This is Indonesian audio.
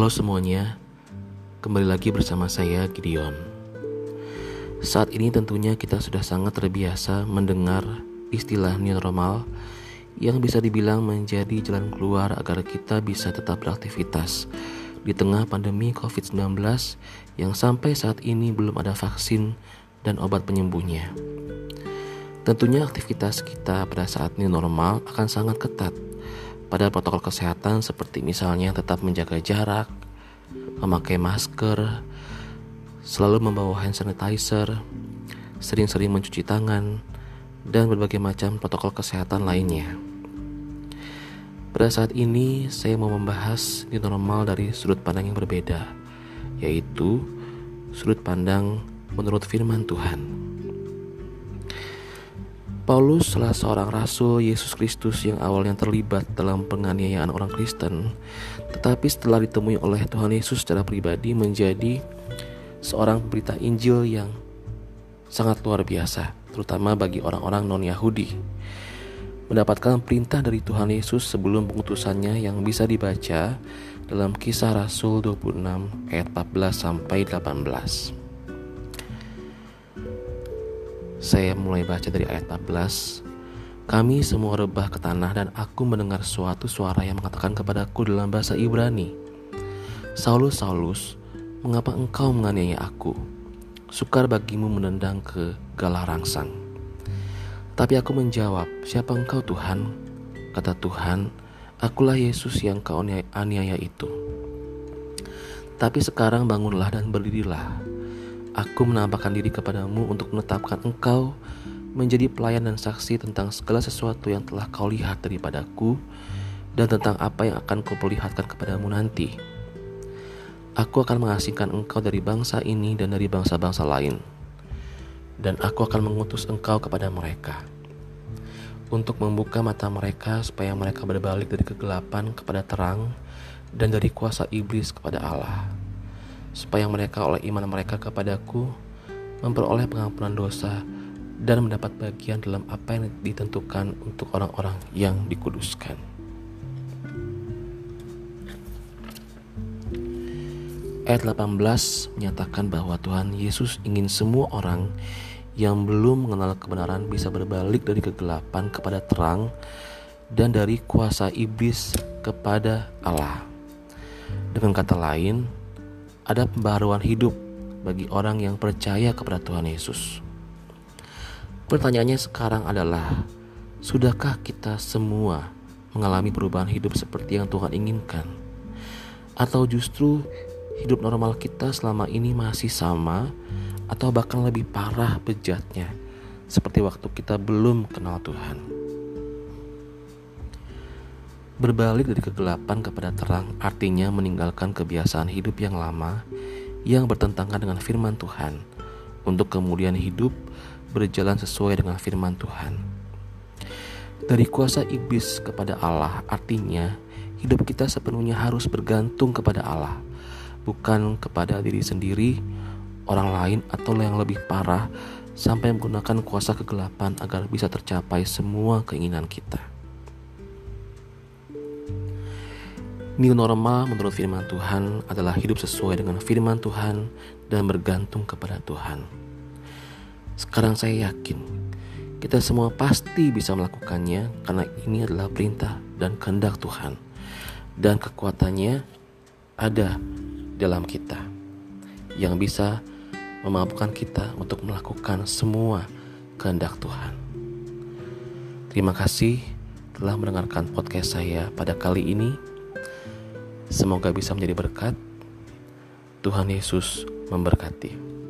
Halo semuanya, kembali lagi bersama saya Gideon. Saat ini tentunya kita sudah sangat terbiasa mendengar istilah new normal yang bisa dibilang menjadi jalan keluar agar kita bisa tetap beraktivitas di tengah pandemi COVID-19 yang sampai saat ini belum ada vaksin dan obat penyembuhnya. Tentunya aktivitas kita pada saat new normal akan sangat ketat pada protokol kesehatan seperti misalnya tetap menjaga jarak, memakai masker, selalu membawa hand sanitizer, sering-sering mencuci tangan, dan berbagai macam protokol kesehatan lainnya. Pada saat ini saya mau membahas new normal dari sudut pandang yang berbeda, yaitu sudut pandang menurut firman Tuhan. Paulus, salah seorang rasul Yesus Kristus yang awalnya terlibat dalam penganiayaan orang Kristen, tetapi setelah ditemui oleh Tuhan Yesus secara pribadi menjadi seorang berita Injil yang sangat luar biasa, terutama bagi orang-orang non-Yahudi. Mendapatkan perintah dari Tuhan Yesus sebelum pengutusannya yang bisa dibaca dalam Kisah Rasul 26 ayat 14 sampai 18. Saya mulai baca dari ayat 14. Kami semua rebah ke tanah dan aku mendengar suatu suara yang mengatakan kepadaku dalam bahasa Ibrani, Saulus, Saulus, mengapa engkau menganiaya aku? Sukar bagimu menendang ke galah rangsang. Tapi aku menjawab, siapa engkau Tuhan? Kata Tuhan, akulah Yesus yang kau aniaya itu. Tapi sekarang bangunlah dan berdirilah. Aku menampakkan diri kepadamu untuk menetapkan engkau menjadi pelayan dan saksi tentang segala sesuatu yang telah kau lihat daripadaku dan tentang apa yang akan kuperlihatkan kepadamu nanti. Aku akan mengasingkan engkau dari bangsa ini dan dari bangsa-bangsa lain, dan aku akan mengutus engkau kepada mereka untuk membuka mata mereka supaya mereka berbalik dari kegelapan kepada terang dan dari kuasa iblis kepada Allah, supaya mereka oleh iman mereka kepadaku memperoleh pengampunan dosa dan mendapat bagian dalam apa yang ditentukan untuk orang-orang yang dikuduskan. Ayat 18 menyatakan bahwa Tuhan Yesus ingin semua orang yang belum mengenal kebenaran bisa berbalik dari kegelapan kepada terang dan dari kuasa iblis kepada Allah. Dengan kata lain, ada pembaharuan hidup bagi orang yang percaya kepada Tuhan Yesus. Pertanyaannya sekarang adalah, sudahkah kita semua mengalami perubahan hidup seperti yang Tuhan inginkan? Atau justru hidup normal kita selama ini masih sama atau bahkan lebih parah bejatnya seperti waktu kita belum kenal Tuhan? Berbalik dari kegelapan kepada terang artinya meninggalkan kebiasaan hidup yang lama yang bertentangan dengan firman Tuhan untuk kemudian hidup berjalan sesuai dengan firman Tuhan. Dari kuasa iblis kepada Allah artinya hidup kita sepenuhnya harus bergantung kepada Allah, bukan kepada diri sendiri, orang lain, atau yang lebih parah sampai menggunakan kuasa kegelapan agar bisa tercapai semua keinginan kita. New normal menurut firman Tuhan adalah hidup sesuai dengan firman Tuhan dan bergantung kepada Tuhan. Sekarang saya yakin kita semua pasti bisa melakukannya karena ini adalah perintah dan kehendak Tuhan, dan kekuatannya ada dalam kita yang bisa memampukan kita untuk melakukan semua kehendak Tuhan. Terima kasih telah mendengarkan podcast saya pada kali ini. Semoga bisa menjadi berkat. Tuhan Yesus memberkati.